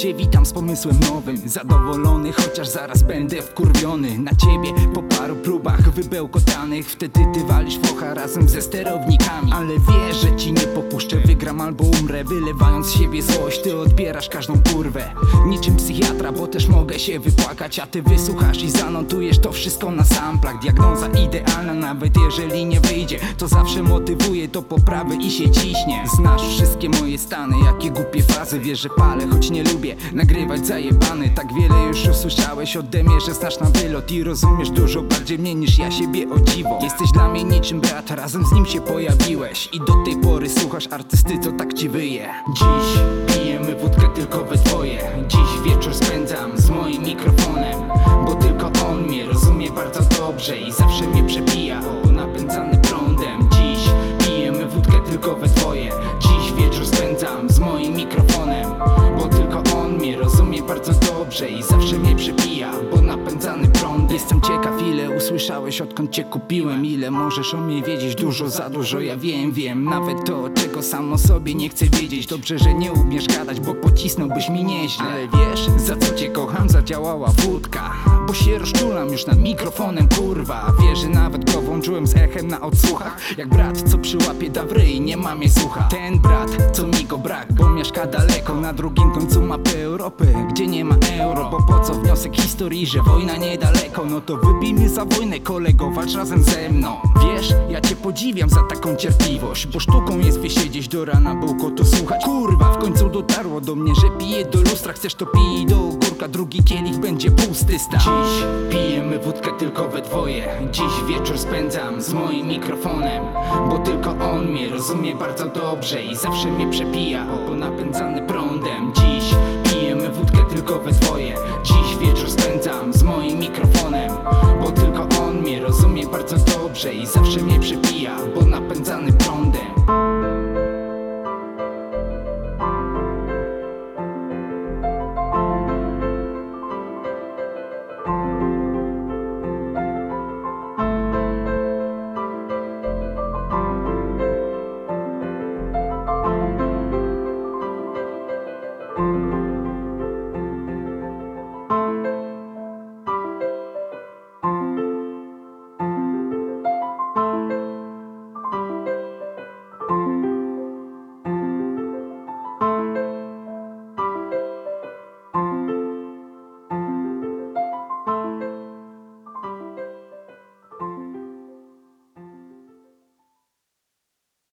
Cię witam z pomysłem nowym, zadowolony, chociaż zaraz będę wkurwiony na ciebie po paru próbach wybełkotanych. Wtedy ty walisz focha razem ze sterownikami. Ale wiesz, że ci nie popuszczę, wygram albo umrę. Wylewając z siebie złość, ty odbierasz każdą kurwę. Niczym psychiatra, bo też mogę się wypłakać, a ty wysłuchasz i zanotujesz to wszystko na samplach. Diagnoza idealna, nawet jeżeli nie wyjdzie, to zawsze motywuje do poprawy i się ciśnie. Znasz wszystkie moje stany, jakie głupie fazy. Wiesz, że palę, choć nie lubię nagrywać zajebany. Tak wiele już usłyszałeś ode mnie, że znasz na wylot i rozumiesz dużo bardziej mnie niż ja siebie, o dziwo. Jesteś dla mnie niczym brat, razem z nim się pojawiłeś i do tej pory słuchasz artysty, co tak ci wyje. Dziś pijemy wódkę tylko we dwoje. Dziś wieczór spędzam z moim mikrofonem, bo tylko on mnie rozumie bardzo dobrze i zawsze mnie przebija, bo napędzany prądem. Dziś pijemy wódkę tylko we dwoje. Dziś wieczór spędzam z moim mikrofonem, bo tylko on mnie rozumie bardzo dobrze i zawsze mnie przebija, bo napędzany prądem. Jestem ciekaw, ile usłyszałeś, odkąd cię kupiłem. Ile możesz o mnie wiedzieć, dużo za dużo, ja wiem. Nawet to, czego sam o sobie nie chcę wiedzieć. Dobrze, że nie umiesz gadać, bo pocisnąłbyś mi nieźle. Ale wiesz, za co cię kocham? Zadziałała wódka, bo się rozczulam już nad mikrofonem, kurwa. Wiesz, że nawet go włączyłem z echem na odsłuchach, jak brat, co przyłapie da w ryj, nie ma mnie słucha. Ten brat, co mi go brak, bo mieszka daleko, na drugim końcu mapy Europy, gdzie nie ma euro. Bo po co wniosek historii, że wojna niedaleko? No to wybij mnie za wojnę, kolego, walcz razem ze mną. Wiesz, ja cię podziwiam za taką cierpliwość, bo sztuką jest wysiedzieć do rana, bełkotu słuchać. Kurwa, w końcu dotarło do mnie, że piję do lustra. Chcesz, to pij do ogórka, drugi kielich będzie pusty stan. Dziś pijemy wódkę tylko we dwoje. Dziś wieczór spędzam z moim mikrofonem, bo tylko on mnie rozumie bardzo dobrze i zawsze mnie przepija, bo napędzany prądem. Dziś pijemy wódkę tylko we dwoje. Dziś wieczór spędzam z moim mikrofonem, bo tylko on mnie rozumie bardzo dobrze i zawsze mnie przepija, bo